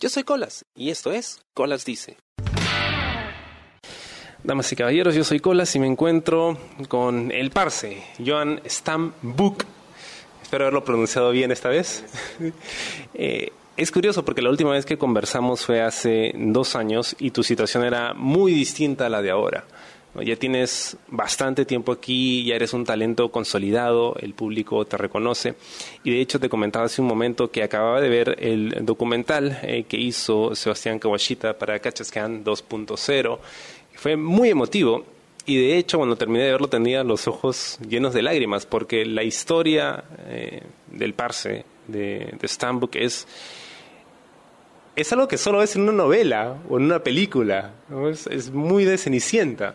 Yo soy Colas y esto es Colas Dice. Damas y caballeros, yo soy Colas y me encuentro con el parce, Joan Stambuk. Espero haberlo pronunciado bien esta vez. Es curioso porque la última vez que conversamos fue hace 2 años y tu situación era muy distinta a la de ahora. Ya tienes bastante tiempo aquí, ya eres un talento consolidado, el público te reconoce. Y de hecho te comentaba hace un momento que acababa de ver el documental que hizo Sebastián Kawashita para Kachascan 2.0. Fue muy emotivo y de hecho cuando terminé de verlo tenía los ojos llenos de lágrimas porque la historia del parce de Stambuk es algo que solo ves en una novela o en una película, ¿no? Es muy de Cenicienta.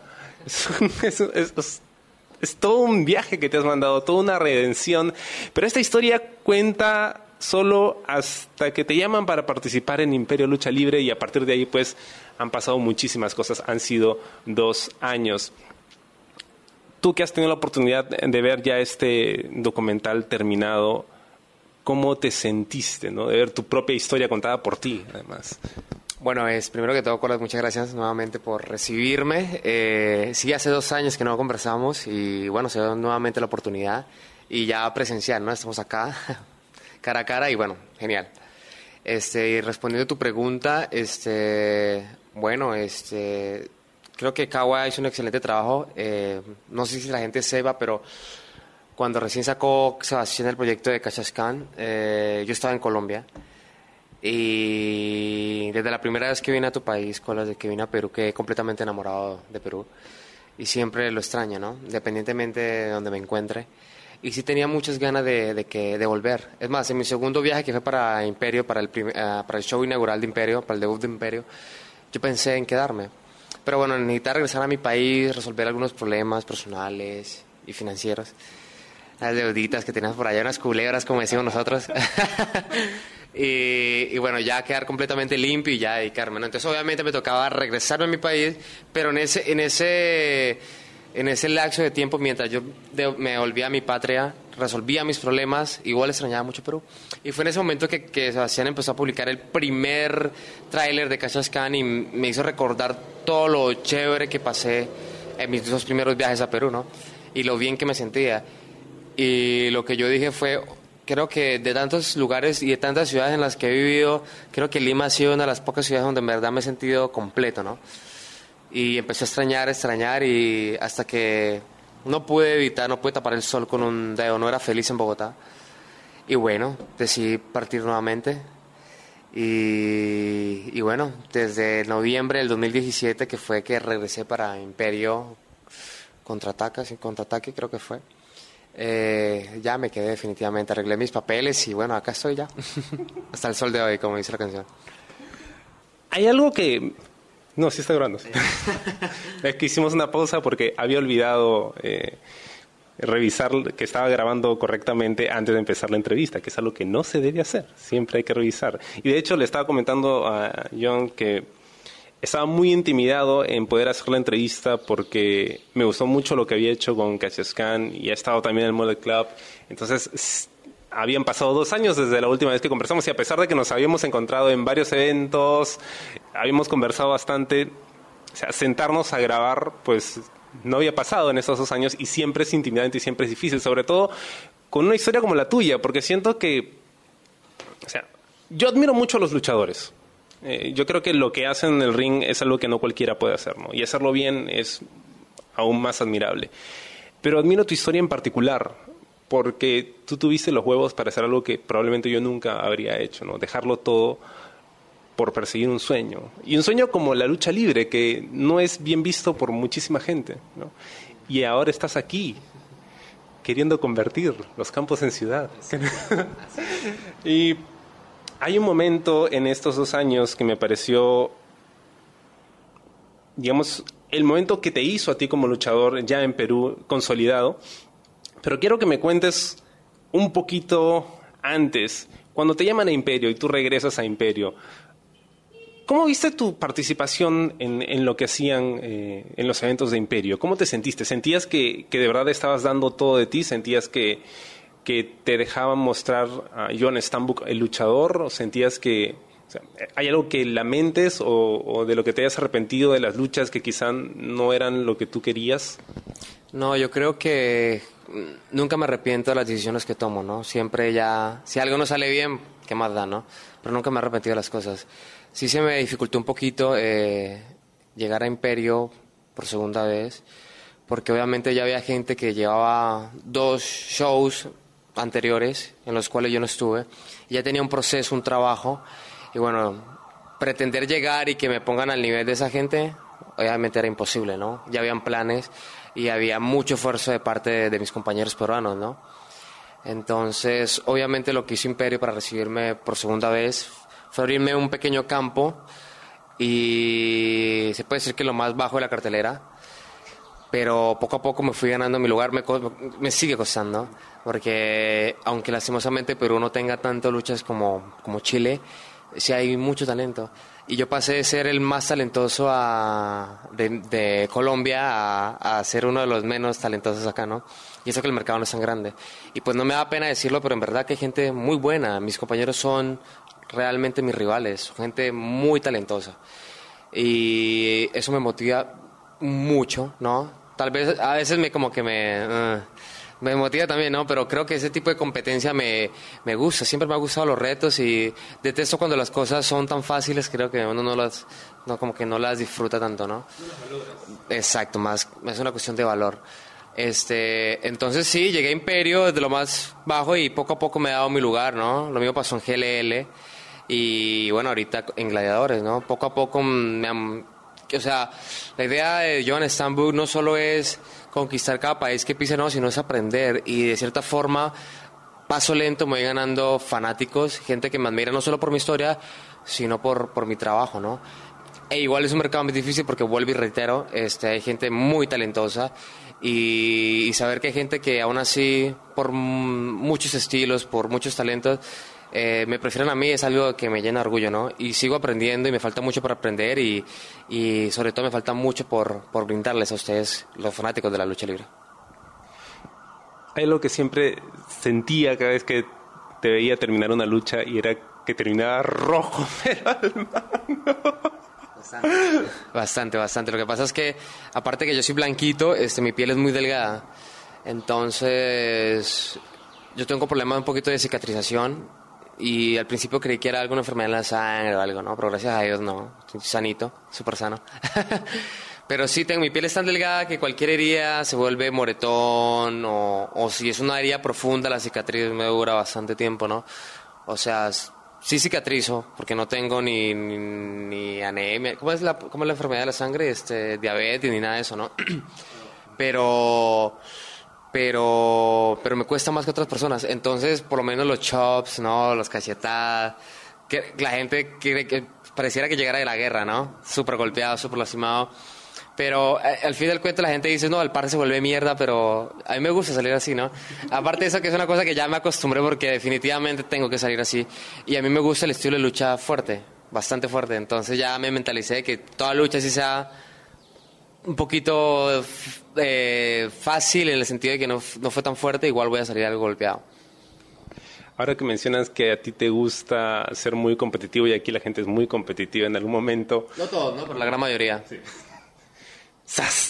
Es todo un viaje que te has mandado, toda una redención. Pero esta historia cuenta solo hasta que te llaman para participar en Imperio Lucha Libre y a partir de ahí pues han pasado muchísimas cosas. Han sido 2 años. Tú que has tenido la oportunidad de ver ya este documental terminado, ¿cómo te sentiste, ¿no? De ver tu propia historia contada por ti, además? Bueno, primero que todo, Colas, muchas gracias nuevamente por recibirme. Sí, hace 2 años que no conversamos y bueno, se dio nuevamente la oportunidad y ya presencial, ¿no? Estamos acá, cara a cara y bueno, genial. Y respondiendo a tu pregunta, bueno, creo que Kawa hizo un excelente trabajo. No sé si la gente sepa, pero cuando recién sacó Sebastián el proyecto de Kachascan, yo estaba en Colombia. Y desde la primera vez que vine a tu país, Colas, de que vine a Perú, quedé completamente enamorado de Perú. Y siempre lo extraño, ¿no? Independientemente de donde me encuentre. Y sí tenía muchas ganas de volver. Es más, en mi segundo viaje, que fue para Imperio, para el show inaugural de Imperio, para el debut de Imperio, yo pensé en quedarme. Pero bueno, necesitaba regresar a mi país, resolver algunos problemas personales y financieros. Las deuditas que teníamos por allá, unas culebras, como decimos nosotros. Y bueno, ya quedar completamente limpio y ya dedicarme, ¿no? Entonces obviamente me tocaba regresarme a mi país, pero en ese lapso de tiempo, mientras yo me volvía a mi patria, resolvía mis problemas, igual extrañaba mucho Perú. Y fue en ese momento que Sebastián empezó a publicar el primer tráiler de Kachascan y me hizo recordar todo lo chévere que pasé en mis 2 primeros viajes a Perú, ¿no? Y lo bien que me sentía. Y lo que yo dije fue, creo que de tantos lugares y de tantas ciudades en las que he vivido, creo que Lima ha sido una de las pocas ciudades donde en verdad me he sentido completo, ¿no? Y empecé a extrañar y hasta que no pude tapar el sol con un dedo, no era feliz en Bogotá. Y bueno, decidí partir nuevamente. Y bueno, desde noviembre del 2017, que fue que regresé para Imperio Contraataque creo que fue. Ya me quedé definitivamente, arreglé mis papeles y bueno, acá estoy ya. Hasta el sol de hoy, como dice la canción. Hay algo que... No, sí está grabando. Sí. Es que hicimos una pausa porque había olvidado revisar que estaba grabando correctamente antes de empezar la entrevista, que es algo que no se debe hacer. Siempre hay que revisar. Y de hecho le estaba comentando a John que estaba muy intimidado en poder hacer la entrevista porque me gustó mucho lo que había hecho con Kachascan y ha estado también en el Model Club. Entonces habían pasado 2 años desde la última vez que conversamos y a pesar de que nos habíamos encontrado en varios eventos, habíamos conversado bastante, o sea, sentarnos a grabar pues no había pasado en esos 2 años y siempre es intimidante y siempre es difícil, sobre todo con una historia como la tuya, porque siento que, o sea, yo admiro mucho a los luchadores. Yo creo que lo que hacen en el ring es algo que no cualquiera puede hacer, ¿no? Y hacerlo bien es aún más admirable. Pero admiro tu historia en particular, porque tú tuviste los huevos para hacer algo que probablemente yo nunca habría hecho, ¿no? Dejarlo todo por perseguir un sueño. Y un sueño como la lucha libre, que no es bien visto por muchísima gente, ¿no? Y ahora estás aquí, queriendo convertir los campos en ciudad. Y hay un momento en estos 2 años que me pareció, digamos, el momento que te hizo a ti como luchador ya en Perú consolidado. Pero quiero que me cuentes un poquito antes, cuando te llaman a Imperio y tú regresas a Imperio, ¿cómo viste tu participación en lo que hacían en los eventos de Imperio? ¿Cómo te sentiste? ¿Sentías que de verdad estabas dando todo de ti? ¿Sentías que te dejaban mostrar a Joan Stambuk el luchador? ¿O sentías que O sea, ¿hay algo que lamentes o de lo que te hayas arrepentido de las luchas que quizá no eran lo que tú querías? No, yo creo que nunca me arrepiento de las decisiones que tomo, ¿no? Siempre ya, si algo no sale bien, ¿qué más da, no? Pero nunca me he arrepentido de las cosas. Sí se me dificultó un poquito llegar a Imperio por segunda vez, porque obviamente ya había gente que llevaba 2 shows anteriores en los cuales yo no estuve, y ya tenía un proceso, un trabajo, y bueno, pretender llegar y que me pongan al nivel de esa gente, obviamente era imposible, ¿no? Ya habían planes y había mucho esfuerzo de parte de mis compañeros peruanos, ¿no? Entonces, obviamente lo que hizo Imperio para recibirme por segunda vez fue abrirme un pequeño campo y se puede decir que lo más bajo de la cartelera, pero poco a poco me fui ganando mi lugar, me sigue costando, porque aunque lastimosamente Perú no tenga tantas luchas como Chile, sí hay mucho talento. Y yo pasé de ser el más talentoso de Colombia a ser uno de los menos talentosos acá, ¿no? Y eso que el mercado no es tan grande. Y pues no me da pena decirlo, pero en verdad que hay gente muy buena. Mis compañeros son realmente mis rivales, son gente muy talentosa. Y eso me motiva mucho, ¿no? Tal vez a veces me motiva también, ¿no? Pero creo que ese tipo de competencia me gusta. Siempre me han gustado los retos y detesto cuando las cosas son tan fáciles. Creo que uno como que no las disfruta tanto, ¿no? Exacto, más es una cuestión de valor. Entonces sí, llegué a Imperio desde lo más bajo y poco a poco me he dado mi lugar, ¿no? Lo mismo pasó en GLL y bueno, ahorita en Gladiadores, ¿no? Poco a poco o sea, la idea de Johan Stambuk no solo es conquistar cada país que pise, no, sino es aprender y de cierta forma, paso lento me voy ganando fanáticos, gente que me admira no solo por mi historia, sino por mi trabajo, ¿no? E igual es un mercado muy difícil porque vuelvo y reitero, hay gente muy talentosa y saber que hay gente que aún así, por muchos estilos, por muchos talentos, me prefieren a mí es algo que me llena de orgullo, ¿no? Y sigo aprendiendo y me falta mucho por aprender y sobre todo me falta mucho por brindarles a ustedes, los fanáticos de la lucha libre. Hay algo que siempre sentía cada vez que te veía terminar una lucha y era que terminaba rojo, pero al mano. Bastante. Lo que pasa es que, aparte que yo soy blanquito, mi piel es muy delgada. Entonces, yo tengo problemas un poquito de cicatrización. Y al principio creí que era alguna enfermedad en la sangre o algo, ¿no? Pero gracias a Dios no. Estoy sanito, súper sano. Pero sí, mi piel es tan delgada que cualquier herida se vuelve moretón o si es una herida profunda, la cicatriz me dura bastante tiempo, ¿no? O sea, sí cicatrizo, porque no tengo ni anemia. ¿Cómo es la enfermedad de la sangre? Diabetes ni nada de eso, ¿no? Pero me cuesta más que otras personas. Entonces, por lo menos los chops, ¿no? Las cachetadas. Que la gente que pareciera que llegara de la guerra, ¿no? Súper golpeado, súper lastimado. Pero al fin del cuento la gente dice, no, el par se vuelve mierda, pero a mí me gusta salir así, ¿no? Aparte de eso, que es una cosa que ya me acostumbré porque definitivamente tengo que salir así. Y a mí me gusta el estilo de lucha fuerte, bastante fuerte. Entonces ya me mentalicé de que toda lucha sí sea un poquito fácil en el sentido de que no fue tan fuerte, igual voy a salir algo golpeado. Ahora que mencionas que a ti te gusta ser muy competitivo y aquí la gente es muy competitiva en algún momento. No todos, ¿no? Pero la gran mayoría. Sí. ¡Sas!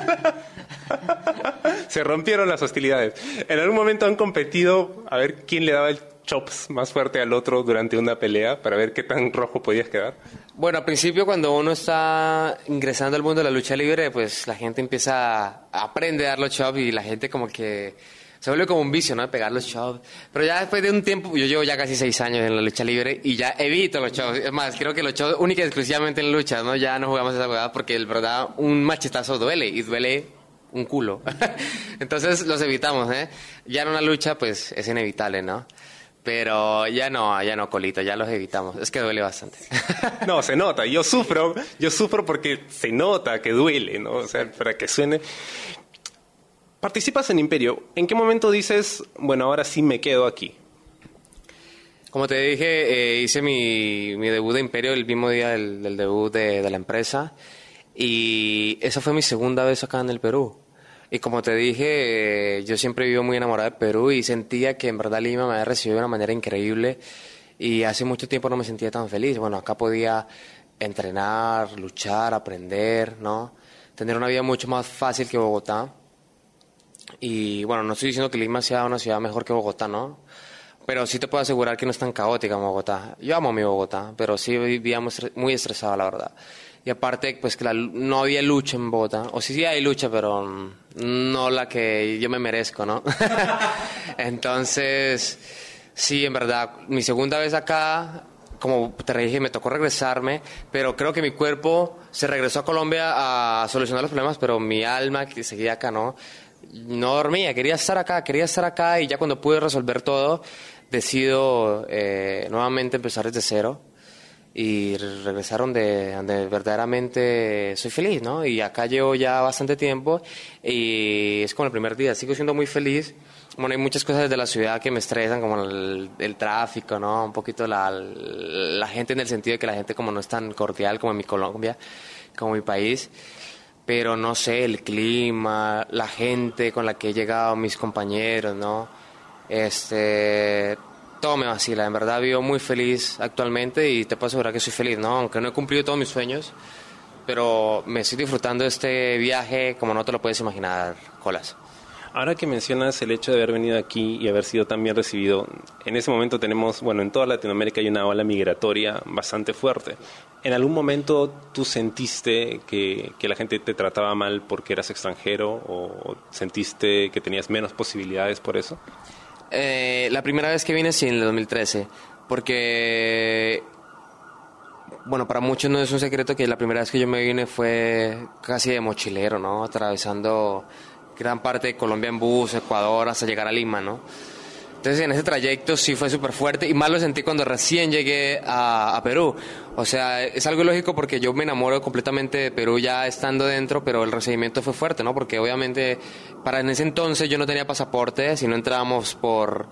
Se rompieron las hostilidades. ¿En algún momento han competido a ver quién le daba el chops más fuerte al otro durante una pelea para ver qué tan rojo podías quedar? Bueno, al principio cuando uno está ingresando al mundo de la lucha libre, pues la gente empieza a aprender a dar los chops y la gente como que se vuelve como un vicio, ¿no? De pegar los chops. Pero ya después de un tiempo, yo llevo ya casi 6 años en la lucha libre y ya evito los chops. Es más, creo que los chops única y exclusivamente en luchas, ¿no? Ya no jugamos esa jugada porque el verdad un machetazo duele y duele un culo. Entonces los evitamos, ¿eh? Ya en una lucha pues es inevitable, ¿no? Pero ya no, Colito, ya los evitamos. Es que duele bastante. No, se nota. Yo sufro porque se nota que duele, ¿no? O sea, para que suene. Participas en Imperio. ¿En qué momento dices, bueno, ahora sí me quedo aquí? Como te dije, hice mi debut de Imperio el mismo día del debut de la empresa. Y esa fue mi segunda vez acá en el Perú. Y como te dije, yo siempre vivo muy enamorado de Perú y sentía que en verdad Lima me había recibido de una manera increíble y hace mucho tiempo no me sentía tan feliz. Bueno, acá podía entrenar, luchar, aprender, ¿no? Tener una vida mucho más fácil que Bogotá. Y bueno, no estoy diciendo que Lima sea una ciudad mejor que Bogotá, ¿no? Pero sí te puedo asegurar que no es tan caótica como Bogotá. Yo amo mi Bogotá, pero sí vivía muy estresado, la verdad. Y aparte, pues que no había lucha en Bogotá. O sí hay lucha, pero no la que yo me merezco, ¿no? Entonces, sí, en verdad, mi segunda vez acá, como te dije, me tocó regresarme, pero creo que mi cuerpo se regresó a Colombia a solucionar los problemas, pero mi alma, que seguía acá, ¿no? No dormía, quería estar acá, y ya cuando pude resolver todo, decido nuevamente empezar desde cero y regresar donde verdaderamente soy feliz, ¿no? Y acá llevo ya bastante tiempo y es como el primer día, sigo siendo muy feliz. Bueno, hay muchas cosas de la ciudad que me estresan, como el tráfico, ¿no? Un poquito la gente, en el sentido de que la gente como no es tan cordial como en mi Colombia, como mi país. Pero no sé, el clima, la gente con la que he llegado, mis compañeros, ¿no? Todo me vacila, en verdad vivo muy feliz actualmente y te puedo asegurar que soy feliz, ¿no? Aunque no he cumplido todos mis sueños, pero me estoy disfrutando de este viaje como no te lo puedes imaginar, Colas. Ahora que mencionas el hecho de haber venido aquí y haber sido tan bien recibido, en ese momento tenemos, bueno, en toda Latinoamérica hay una ola migratoria bastante fuerte. ¿En algún momento tú sentiste que la gente te trataba mal porque eras extranjero o sentiste que tenías menos posibilidades por eso? La primera vez que vine, sí, en el 2013, porque, bueno, para muchos no es un secreto que la primera vez que yo me vine fue casi de mochilero, ¿no? Atravesando gran parte de Colombia en bus, Ecuador, hasta llegar a Lima, ¿no? Entonces en ese trayecto sí fue súper fuerte y más lo sentí cuando recién llegué a Perú. O sea, es algo lógico porque yo me enamoro completamente de Perú ya estando dentro, pero el recibimiento fue fuerte, ¿no? Porque obviamente en ese entonces yo no tenía pasaporte, si no entrábamos por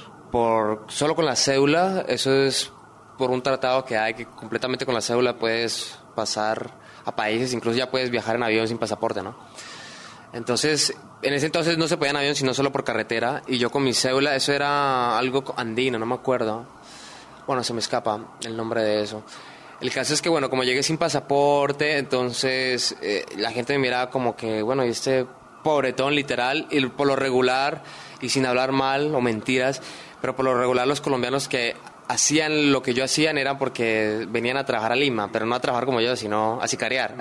solo con la cédula. Eso es por un tratado que hay que completamente con la cédula puedes pasar a países, incluso ya puedes viajar en avión sin pasaporte, ¿no? Entonces, en ese entonces no se podía en avión, sino solo por carretera. Y yo con mi cédula, eso era algo andino, no me acuerdo. Bueno, se me escapa el nombre de eso. El caso es que, bueno, como llegué sin pasaporte, entonces la gente me miraba como que, bueno, y este pobretón literal, y por lo regular, y sin hablar mal o mentiras, pero por lo regular los colombianos que hacían lo que yo hacían eran porque venían a trabajar a Lima, pero no a trabajar como yo, sino a sicariar.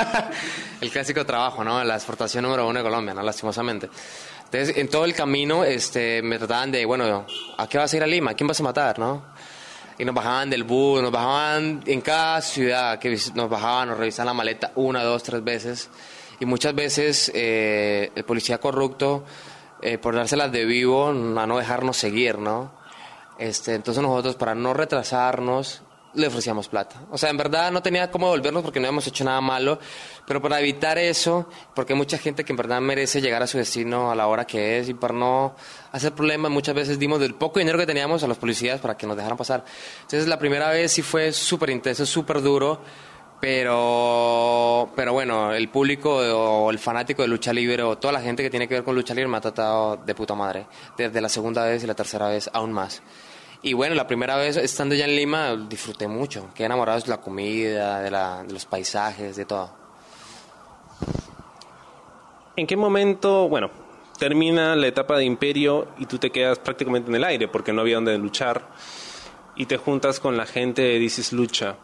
El clásico trabajo, ¿no? La exportación número 1 de Colombia, ¿no? Lastimosamente. Entonces, en todo el camino me trataban de, bueno, ¿a qué vas a ir a Lima? ¿A quién vas a matar, no? Y nos bajaban del bus, nos bajaban en cada ciudad, que nos bajaban, nos revisaban la maleta 1, 2, 3 veces. Y muchas veces el policía corrupto, por dárselas de vivo, a no dejarnos seguir, ¿no? Entonces nosotros, para no retrasarnos, le ofrecíamos plata. O sea, en verdad no tenía cómo devolvernos porque no habíamos hecho nada malo, pero para evitar eso, porque hay mucha gente que en verdad merece llegar a su destino a la hora que es, y para no hacer problemas, muchas veces dimos del poco dinero que teníamos a los policías para que nos dejaran pasar. Entonces la primera vez sí fue súper intenso, súper duro, pero bueno, el público o el fanático de lucha libre o toda la gente que tiene que ver con lucha libre me ha tratado de puta madre. Desde la segunda vez y la tercera vez aún más. Y bueno, la primera vez estando ya en Lima disfruté mucho. Quedé enamorado de la comida, de los paisajes, de todo. ¿En qué momento, bueno, termina la etapa de Imperio y tú te quedas prácticamente en el aire porque no había donde luchar y te juntas con la gente de This is Lucha?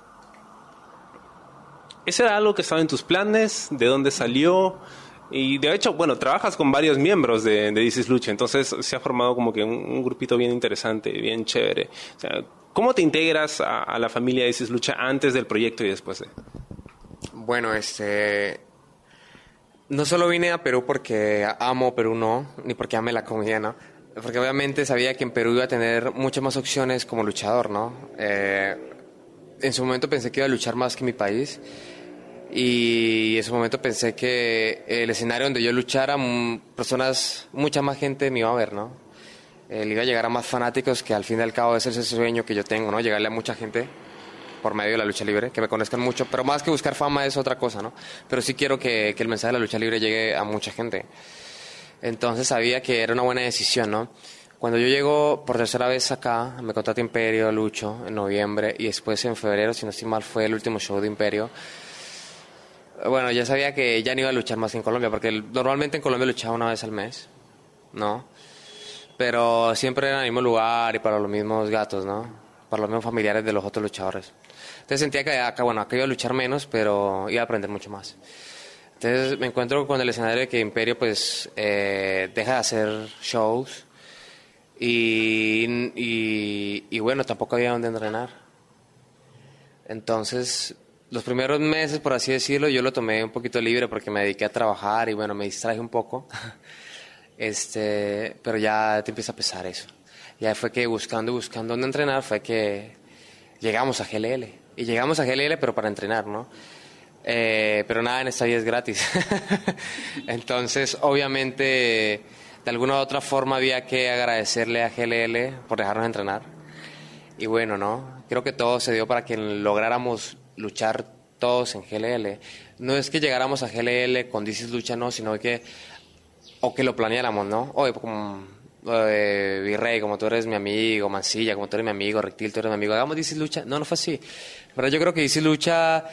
¿Ese era algo que estaba en tus planes? ¿De dónde salió? Y de hecho, bueno, trabajas con varios miembros de This is Lucha, entonces se ha formado como que un grupito bien interesante, bien chévere. O sea, ¿cómo te integras a la familia de This is Lucha antes del proyecto y después de? Bueno, no solo vine a Perú porque amo Perú, no, ni porque ame la comida, ¿no? Porque obviamente sabía que en Perú iba a tener muchas más opciones como luchador, ¿no? En su momento pensé que iba a luchar más que mi país. Y en ese momento pensé que el escenario donde yo luchara, mucha más gente me iba a ver, ¿no? Le iba a llegar a más fanáticos, que al fin y al cabo ese es ese sueño que yo tengo, ¿no? Llegarle a mucha gente por medio de la lucha libre, que me conozcan mucho, pero más que buscar fama es otra cosa, ¿no? Pero sí quiero que el mensaje de la lucha libre llegue a mucha gente. Entonces sabía que era una buena decisión, ¿no? Cuando yo llego por tercera vez acá, me contrata Imperio, lucho en noviembre y después en febrero, si no estoy mal, fue el último show de Imperio. Bueno, ya sabía que ya no iba a luchar más en Colombia, porque normalmente en Colombia luchaba una vez al mes, ¿no? Pero siempre en el mismo lugar y para los mismos gatos, ¿no? Para los mismos familiares de los otros luchadores. Entonces sentía que acá iba a luchar menos, pero iba a aprender mucho más. Entonces me encuentro con el escenario de que Imperio pues deja de hacer shows y bueno, tampoco había donde entrenar. Entonces los primeros meses, por así decirlo, yo lo tomé un poquito libre porque me dediqué a trabajar y bueno, me distraje un poco. Pero ya te empieza a pesar eso. Ya fue que buscando dónde entrenar fue que llegamos a GLL. Y llegamos a GLL pero para entrenar, ¿no? Pero nada en esta vida es gratis. Entonces, obviamente, de alguna u otra forma había que agradecerle a GLL por dejarnos entrenar. Y bueno, ¿no? Creo que todo se dio para que lográramos luchar todos en GLL. No es que llegáramos a GLL con This is Lucha, no, sino que o que lo planeáramos, ¿no? Oye, como Virrey, como tú eres mi amigo, Mancilla, como tú eres mi amigo, Rectil, tú eres mi amigo, hagamos This is Lucha. No fue así. Pero yo creo que This is Lucha,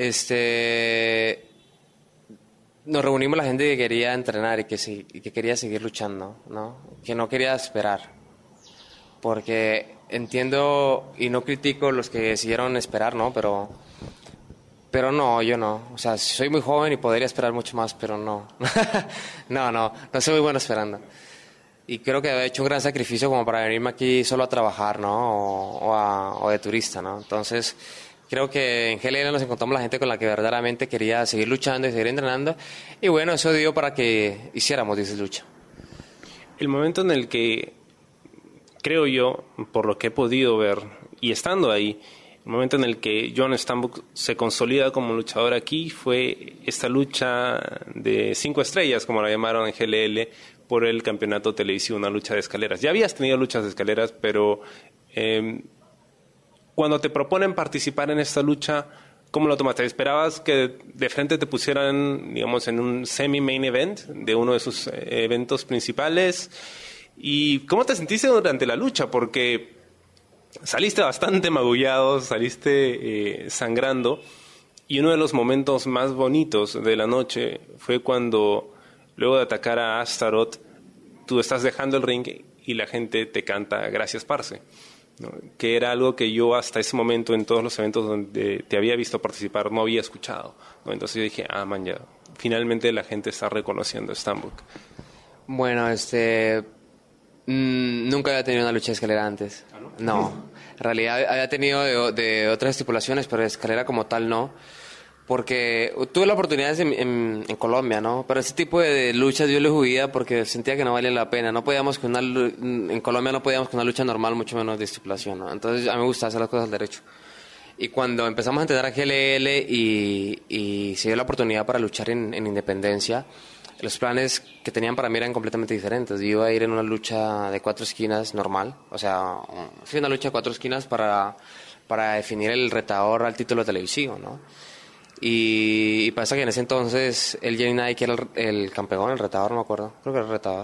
nos reunimos la gente que quería entrenar y que quería seguir luchando, ¿no? Que no quería esperar. Porque entiendo y no critico los que decidieron esperar, ¿no? Pero no, yo no. O sea, soy muy joven y podría esperar mucho más, pero no. No soy muy bueno esperando. Y creo que he hecho un gran sacrificio como para venirme aquí solo a trabajar, ¿no? O de turista, ¿no? Entonces, creo que en GLL nos encontramos la gente con la que verdaderamente quería seguir luchando y seguir entrenando. Y bueno, eso dio para que hiciéramos This is Lucha. El momento en el que, creo yo, por lo que he podido ver y estando ahí, el momento en el que John Stambuk se consolida como luchador aquí fue esta lucha de 5 estrellas, como la llamaron en GLL, por el campeonato televisivo, una lucha de escaleras. Ya habías tenido luchas de escaleras, pero cuando te proponen participar en esta lucha, ¿cómo lo tomaste? ¿Esperabas que de frente te pusieran, digamos, en un semi-main event de uno de sus eventos principales? ¿Y cómo te sentiste durante la lucha? Porque saliste bastante magullado, saliste sangrando, y uno de los momentos más bonitos de la noche fue cuando, luego de atacar a Astaroth, tú estás dejando el ring y la gente te canta "Gracias, parce", ¿no? Que era algo que yo hasta ese momento en todos los eventos donde te había visto participar no había escuchado, ¿no? Entonces yo dije, man, ya, finalmente la gente está reconociendo a Stambuk. Bueno, nunca había tenido una lucha de escalera antes. ¿Ah, no? No. En realidad había tenido de otras estipulaciones, pero de escalera como tal no. Porque tuve la oportunidad en Colombia, ¿no? Pero ese tipo de luchas yo le huía porque sentía que no valía la pena. En Colombia no podíamos con una lucha normal, mucho menos de estipulación, ¿no? Entonces a mí me gustaba hacer las cosas al derecho. Y cuando empezamos a entrenar a GLL y se dio la oportunidad para luchar en Independencia, los planes que tenían para mí eran completamente diferentes. Yo iba a ir en una lucha de 4 esquinas normal, o sea, fue una lucha de 4 esquinas para definir el retador al título televisivo, ¿no? Y pasa que en ese entonces el Jenny Knight, que era el campeón, el retador, no me acuerdo, creo que era el retador,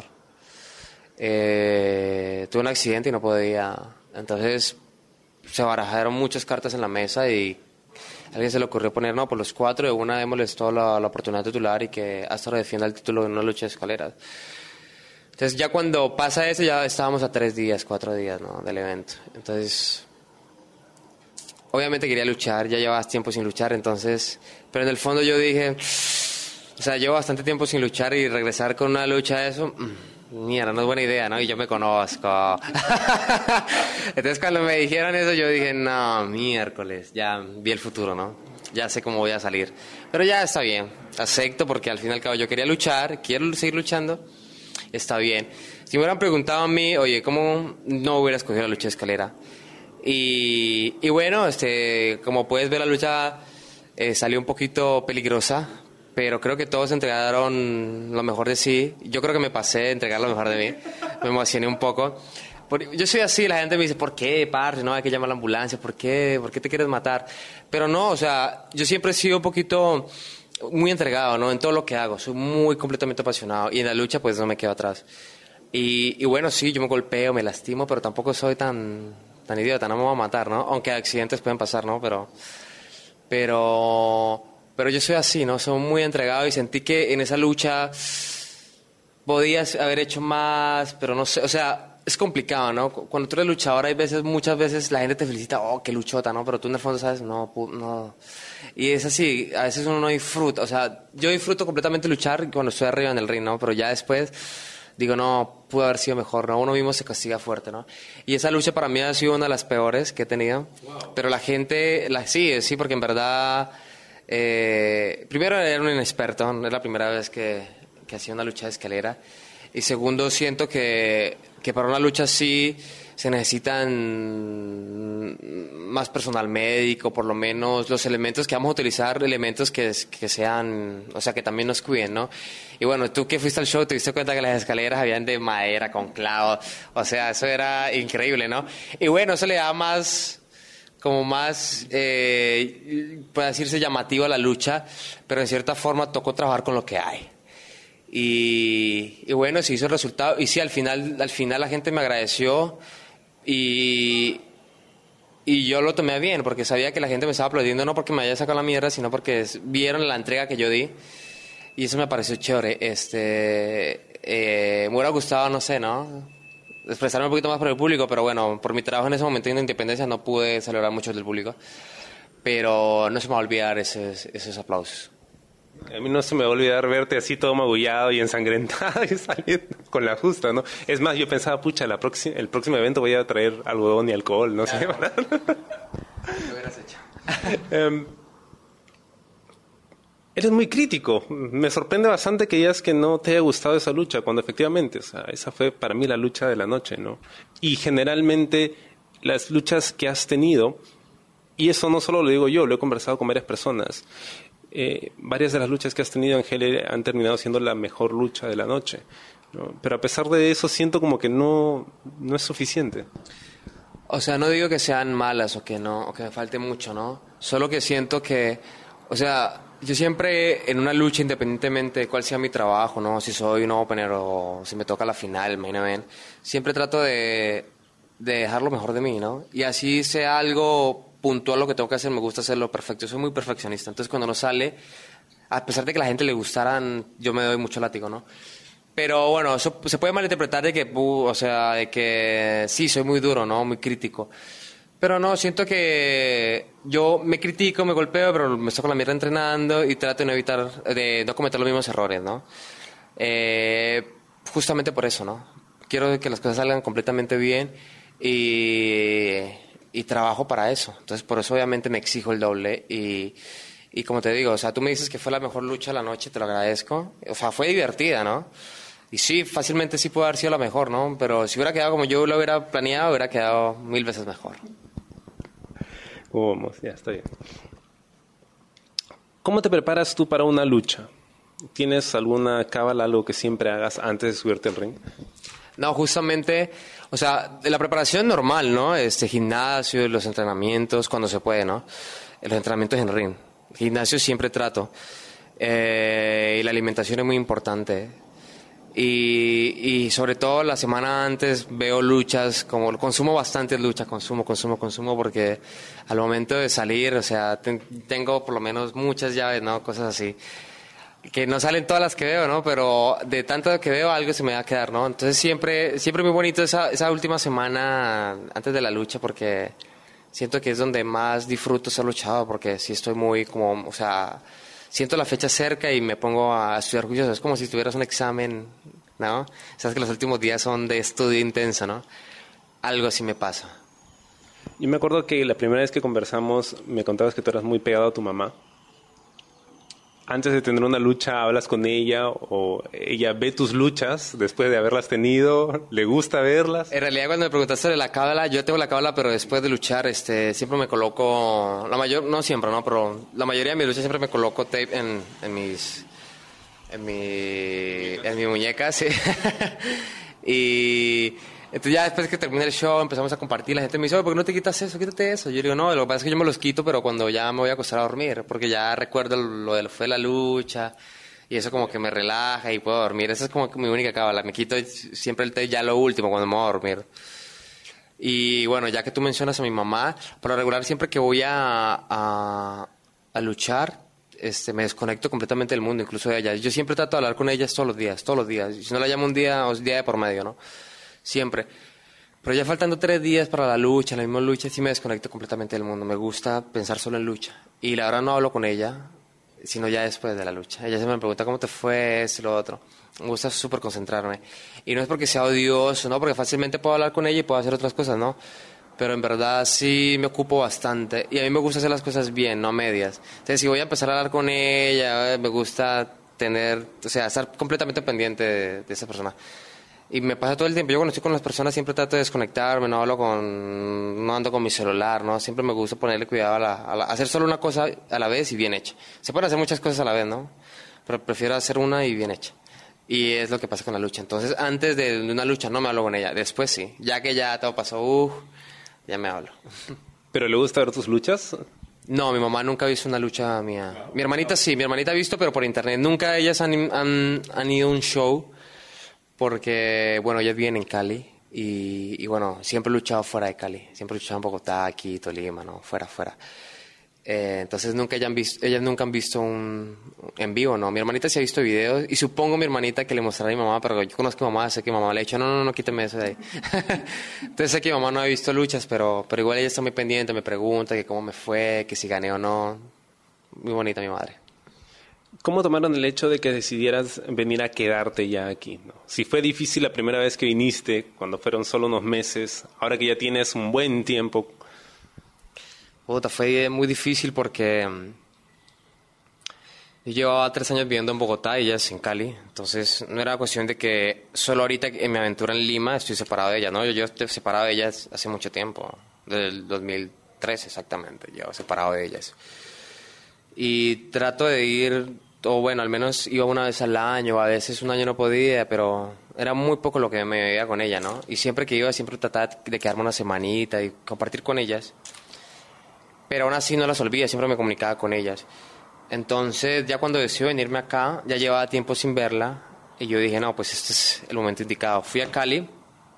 tuvo un accidente y no podía. Entonces se barajaron muchas cartas en la mesa y a alguien se le ocurrió poner, no, por los 4 de una démosles toda la oportunidad titular y que Astro defienda el título en una lucha de escaleras. Entonces ya cuando pasa eso ya estábamos a 3 días, 4 días, ¿no?, del evento. Entonces obviamente quería luchar, ya llevaba tiempo sin luchar, entonces, pero en el fondo yo dije, o sea, llevo bastante tiempo sin luchar y regresar con una lucha de eso, mierda, no es buena idea, ¿no? Y yo me conozco. Entonces cuando me dijeron eso yo dije, no, miércoles, ya vi el futuro, ¿no? Ya sé cómo voy a salir. Pero ya está bien, acepto porque al fin y al cabo yo quería luchar, quiero seguir luchando, está bien. Si me hubieran preguntado a mí, oye, ¿cómo no hubiera escogido la lucha de escalera? Y bueno, como puedes ver, la lucha salió un poquito peligrosa, pero creo que todos entregaron lo mejor de sí. Yo creo que me pasé de entregar lo mejor de mí, me emocioné un poco. Yo soy así, la gente me dice, ¿por qué, parce? No, hay que llamar a la ambulancia, ¿por qué? ¿Por qué te quieres matar? Pero no, o sea, yo siempre he sido un poquito muy entregado, ¿no? En todo lo que hago, soy muy completamente apasionado y en la lucha pues no me quedo atrás. Y bueno, sí, yo me golpeo, me lastimo, pero tampoco soy tan idiota, no me voy a matar, ¿no? Aunque accidentes pueden pasar, ¿no? Pero yo soy así, ¿no? Soy muy entregado y sentí que en esa lucha podías haber hecho más, pero no sé, o sea, es complicado, ¿no? Cuando tú eres luchador, muchas veces la gente te felicita, oh, qué luchota, ¿no? Pero tú en el fondo sabes, no. Y es así, a veces uno no disfruta, o sea, yo disfruto completamente luchar cuando estoy arriba en el ring, ¿no? Pero ya después digo, no, pudo haber sido mejor, ¿no? Uno mismo se castiga fuerte, ¿no? Y esa lucha para mí ha sido una de las peores que he tenido. Wow. Pero la gente, sí, porque en verdad, primero era un inexperto, es la primera vez que hacía una lucha de escalera. Y segundo, siento que para una lucha así se necesitan más personal médico, por lo menos los elementos que vamos a utilizar, elementos que sean, o sea, que también nos cuiden, ¿no? Y bueno, tú que fuiste al show te diste cuenta que las escaleras habían de madera con clavos, o sea, eso era increíble, ¿no? Y bueno, eso le da más, puede decirse llamativo a la lucha, pero en cierta forma tocó trabajar con lo que hay. Y bueno, se hizo el resultado. Y sí, al final la gente me agradeció y yo lo tomé bien, porque sabía que la gente me estaba aplaudiendo no porque me haya sacado la mierda, sino porque vieron la entrega que yo di. Y eso me pareció chévere. Me hubiera gustado, no sé, ¿no? Expresarme un poquito más por el público, pero bueno, por mi trabajo en ese momento de Independencia no pude celebrar mucho del público. Pero no se me va a olvidar esos aplausos. A mí no se me va a olvidar verte así todo magullado y ensangrentado y saliendo con la justa, ¿no? Es más, yo pensaba, pucha, el próximo evento voy a traer algodón y alcohol, no sé. Lo hubieras hecho. Eres muy crítico. Me sorprende bastante que digas que no te haya gustado esa lucha, cuando efectivamente, o sea, esa fue para mí la lucha de la noche, ¿no? Y generalmente las luchas que has tenido, y eso no solo lo digo yo, lo he conversado con varias personas, varias de las luchas que has tenido en GL han terminado siendo la mejor lucha de la noche, ¿no? Pero a pesar de eso siento como que no es suficiente. O sea, no digo que sean malas o que me falte mucho, ¿no? Solo que siento que, o sea, yo siempre en una lucha, independientemente de cuál sea mi trabajo, ¿no? Si soy un opener o si me toca la final, main event, siempre trato de dejar lo mejor de mí, ¿no? Y así sea algo puntual lo que tengo que hacer, me gusta hacerlo perfecto. Yo soy muy perfeccionista, entonces cuando no sale, a pesar de que a la gente le gustaran, yo me doy mucho látigo, ¿no? Pero bueno, eso se puede malinterpretar de que sí, soy muy duro, ¿no? Muy crítico. Pero no, siento que yo me critico, me golpeo, pero me saco la mierda entrenando y trato de no cometer los mismos errores, ¿no? Justamente por eso, ¿no? Quiero que las cosas salgan completamente bien y trabajo para eso. Entonces, por eso obviamente me exijo el doble y como te digo, o sea, tú me dices que fue la mejor lucha de la noche, te lo agradezco. O sea, fue divertida, ¿no? Y sí, fácilmente sí puede haber sido la mejor, ¿no? Pero si hubiera quedado como yo lo hubiera planeado, hubiera quedado 1000 veces mejor. Vamos, ya está bien. ¿Cómo te preparas tú para una lucha? ¿Tienes alguna cábala, algo que siempre hagas antes de subirte al ring? No, justamente, o sea, de la preparación normal, ¿no? Gimnasio, los entrenamientos, cuando se puede, ¿no? Los entrenamientos en ring. Gimnasio siempre trato. Y la alimentación es muy importante. Y sobre todo la semana antes veo luchas, como consumo bastantes luchas, consumo, porque al momento de salir, o sea, tengo por lo menos muchas llaves, ¿no? Cosas así. Que no salen todas las que veo, ¿no? Pero de tanto que veo algo se me va a quedar, ¿no? Entonces siempre muy bonito esa última semana antes de la lucha porque siento que es donde más disfruto ser luchador porque sí estoy muy como, o sea, siento la fecha cerca y me pongo a estudiar juicioso. Es como si tuvieras un examen, ¿no? Sabes que los últimos días son de estudio intenso, ¿no? Algo así me pasa. Yo me acuerdo que la primera vez que conversamos me contabas que tú eras muy pegado a tu mamá. Antes de tener una lucha, ¿hablas con ella o ella ve tus luchas después de haberlas tenido? ¿Le gusta verlas? En realidad, cuando me preguntaste sobre la cábala, yo tengo la cábala, pero después de luchar, siempre me coloco, no siempre, ¿no? Pero la mayoría de mis luchas siempre me coloco tape en mi muñeca, sí. Y entonces ya después que termina el show empezamos a compartir, la gente me dice, oye, ¿por qué no te quitas eso? Quítate eso. Yo digo, no, lo que pasa es que yo me los quito, pero cuando ya me voy a acostar a dormir, porque ya recuerdo lo de fue la lucha, Y eso como que me relaja y puedo dormir. Esa es como que mi única cábala. Me quito siempre el té ya lo último cuando me voy a dormir. Y bueno, ya que tú mencionas a mi mamá, por lo regular siempre que voy a luchar, me desconecto completamente del mundo, incluso de ella. Yo siempre trato de hablar con ellas todos los días. Si no la llamo un día, o día de por medio, ¿no? Siempre. Pero ya faltando 3 días para la lucha, la misma lucha, sí me desconecto completamente del mundo. Me gusta pensar solo en lucha. Y la verdad no hablo con ella, sino ya después de la lucha. Ella se me pregunta cómo te fue, esto y lo otro. Me gusta súper concentrarme. Y no es porque sea odioso, ¿no? Porque fácilmente puedo hablar con ella y puedo hacer otras cosas, ¿no? Pero en verdad sí me ocupo bastante. Y a mí me gusta hacer las cosas bien, no a medias. Entonces, si voy a empezar a hablar con ella, me gusta estar completamente pendiente de esa persona. Y me pasa todo el tiempo. Yo cuando estoy con las personas siempre trato de desconectarme, no ando con mi celular, ¿no? Siempre me gusta ponerle cuidado hacer solo una cosa a la vez y bien hecha. Se pueden hacer muchas cosas a la vez, ¿no? Pero prefiero hacer una y bien hecha. Y es lo que pasa con la lucha. Entonces, antes de una lucha no me hablo con ella. Después sí. Ya que ya todo pasó, ya me hablo. ¿Pero le gusta ver tus luchas? No, mi mamá nunca ha visto una lucha mía. Mi hermanita sí, mi hermanita ha visto, pero por internet. Nunca ellas han ido a un show. Porque, bueno, ellas viven en Cali y bueno, siempre he luchado fuera de Cali. Siempre he luchado en Bogotá, aquí, Tolima, ¿no? Fuera. Entonces ellas nunca han visto un en vivo, ¿no? Mi hermanita sí ha visto videos y supongo mi hermanita que le mostrará a mi mamá, pero yo conozco a mi mamá, sé que mi mamá le ha dicho, no, quíteme eso de ahí. Entonces sé que mi mamá no ha visto luchas, pero igual ella está muy pendiente, me pregunta que cómo me fue, que si gané o no. Muy bonita mi madre. ¿Cómo tomaron el hecho de que decidieras venir a quedarte ya aquí, ¿no? Si fue difícil la primera vez que viniste, cuando fueron solo unos meses, ahora que ya tienes un buen tiempo. Fue muy difícil porque yo llevaba 3 años viviendo en Bogotá y ellas en Cali. Entonces no era cuestión de que solo ahorita en mi aventura en Lima estoy separado de ellas, ¿no? Yo estoy separado de ellas hace mucho tiempo, del 2013 exactamente, llevo separado de ellas. Y trato de ir, o bueno, al menos iba una vez al año, a veces un año no podía, pero era muy poco lo que me veía con ella, ¿no? Y siempre que iba, siempre trataba de quedarme una semanita y compartir con ellas. Pero aún así no las olvidé, siempre me comunicaba con ellas. Entonces, ya cuando decidí venirme acá, ya llevaba tiempo sin verla, y yo dije, no, pues este es el momento indicado. Fui a Cali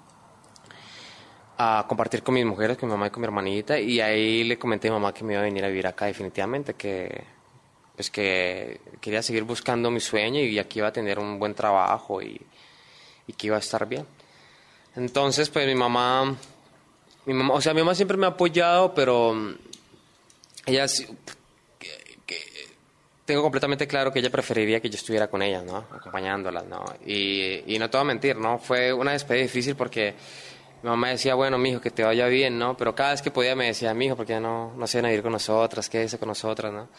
a compartir con mis mujeres, con mi mamá y con mi hermanita, y ahí le comenté a mi mamá que me iba a venir a vivir acá definitivamente, que quería seguir buscando mi sueño y aquí iba a tener un buen trabajo y que iba a estar bien. Entonces, pues mi mamá, mi mamá siempre me ha apoyado, pero ella tengo completamente claro que ella preferiría que yo estuviera con ella, ¿no? Acompañándolas, ¿no? Y no te voy a mentir, ¿no? Fue una despedida difícil porque mi mamá decía, bueno, mijo, que te vaya bien, ¿no? Pero cada vez que podía me decía, mijo, ¿por qué no se van a ir con nosotras? Quédese con nosotras, ¿no?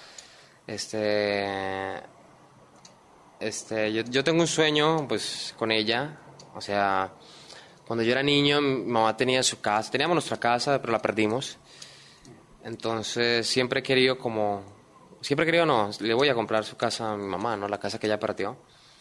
Yo tengo un sueño, pues, con ella. O sea, cuando yo era niño, mi mamá tenía su casa. Teníamos nuestra casa, pero la perdimos. Entonces, siempre he querido no, le voy a comprar su casa a mi mamá, ¿no? La casa que ella perdió.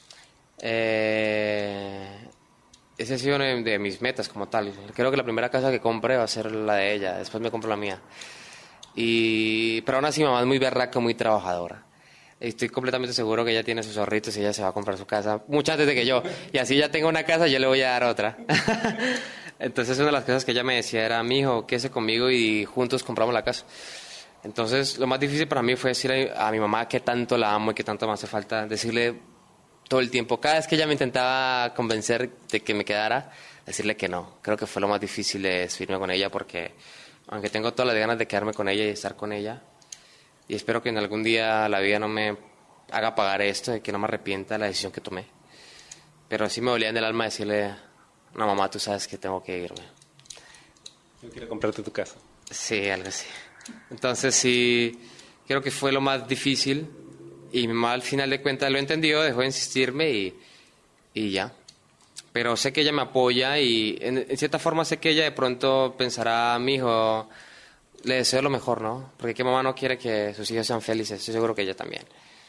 Esa ha sido una de mis metas como tal. Creo que la primera casa que compre va a ser la de ella, después me compro la mía. Pero aún así mi mamá es muy berraca, muy trabajadora. Estoy completamente seguro que ella tiene sus ahorritos y ella se va a comprar su casa mucho antes de que yo. Y así ya tengo una casa, yo le voy a dar otra. Entonces una de las cosas que ella me decía era, mijo, quédese conmigo y juntos compramos la casa. Entonces lo más difícil para mí fue decirle a mi mamá que tanto la amo y que tanto me hace falta, decirle todo el tiempo, cada vez que ella me intentaba convencer de que me quedara, decirle que no. Creo que fue lo más difícil de despedirme con ella porque aunque tengo todas las ganas de quedarme con ella y estar con ella, y espero que en algún día la vida no me haga pagar esto y que no me arrepienta de la decisión que tomé. Pero sí me dolía en el alma decirle, no mamá, tú sabes que tengo que irme. Yo quiero comprarte tu casa. Sí, algo así. Entonces sí, creo que fue lo más difícil. Y mi mamá al final de cuentas lo entendió, dejó de insistirme y ya. Pero sé que ella me apoya y en cierta forma sé que ella de pronto pensará, mi hijo, le deseo lo mejor, ¿no? Porque qué mamá no quiere que sus hijos sean felices, estoy seguro que ella también.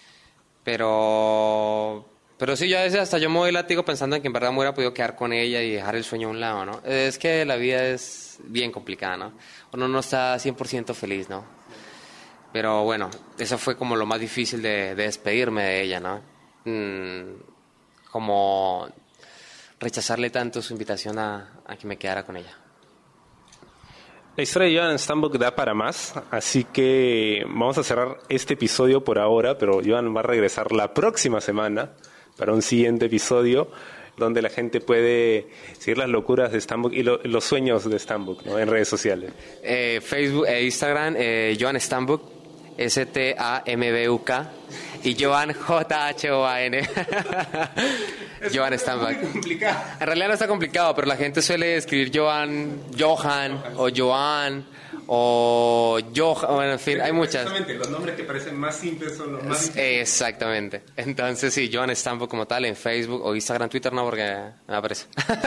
Pero sí, yo a veces hasta yo me doy látigo pensando en que en verdad me hubiera podido quedar con ella y dejar el sueño a un lado, ¿no? Es que la vida es bien complicada, ¿no? Uno no está 100% feliz, ¿no? Pero bueno, eso fue como lo más difícil de despedirme de ella, ¿no? como rechazarle tanto su invitación a que me quedara con ella. La historia de Joan Stambuk da para más, así que vamos a cerrar este episodio por ahora, pero Joan va a regresar la próxima semana para un siguiente episodio donde la gente puede seguir las locuras de Stambuk y los sueños de Stambuk, ¿no? En redes sociales. Facebook e Instagram, Joan Stambuk, Stambuk, y Joan Johan. Joan Stambuk. En realidad no está complicado, pero la gente suele escribir Johan o Joan o Johan, bueno, en fin, hay muchas. Exactamente, los nombres que parecen más simples son los más difíciles. Exactamente. Entonces sí, Joan Stambuk como tal en Facebook o Instagram, Twitter no, porque me aparece.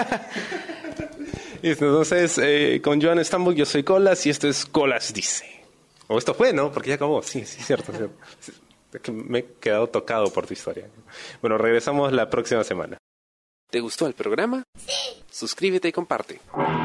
Listo, entonces con Joan Stambuk yo soy Colas y esto es Colas Dice. O esto fue, ¿no? Porque ya acabó. Sí, cierto. Es que me he quedado tocado por tu historia. Bueno, regresamos la próxima semana. ¿Te gustó el programa? Sí. Suscríbete y comparte.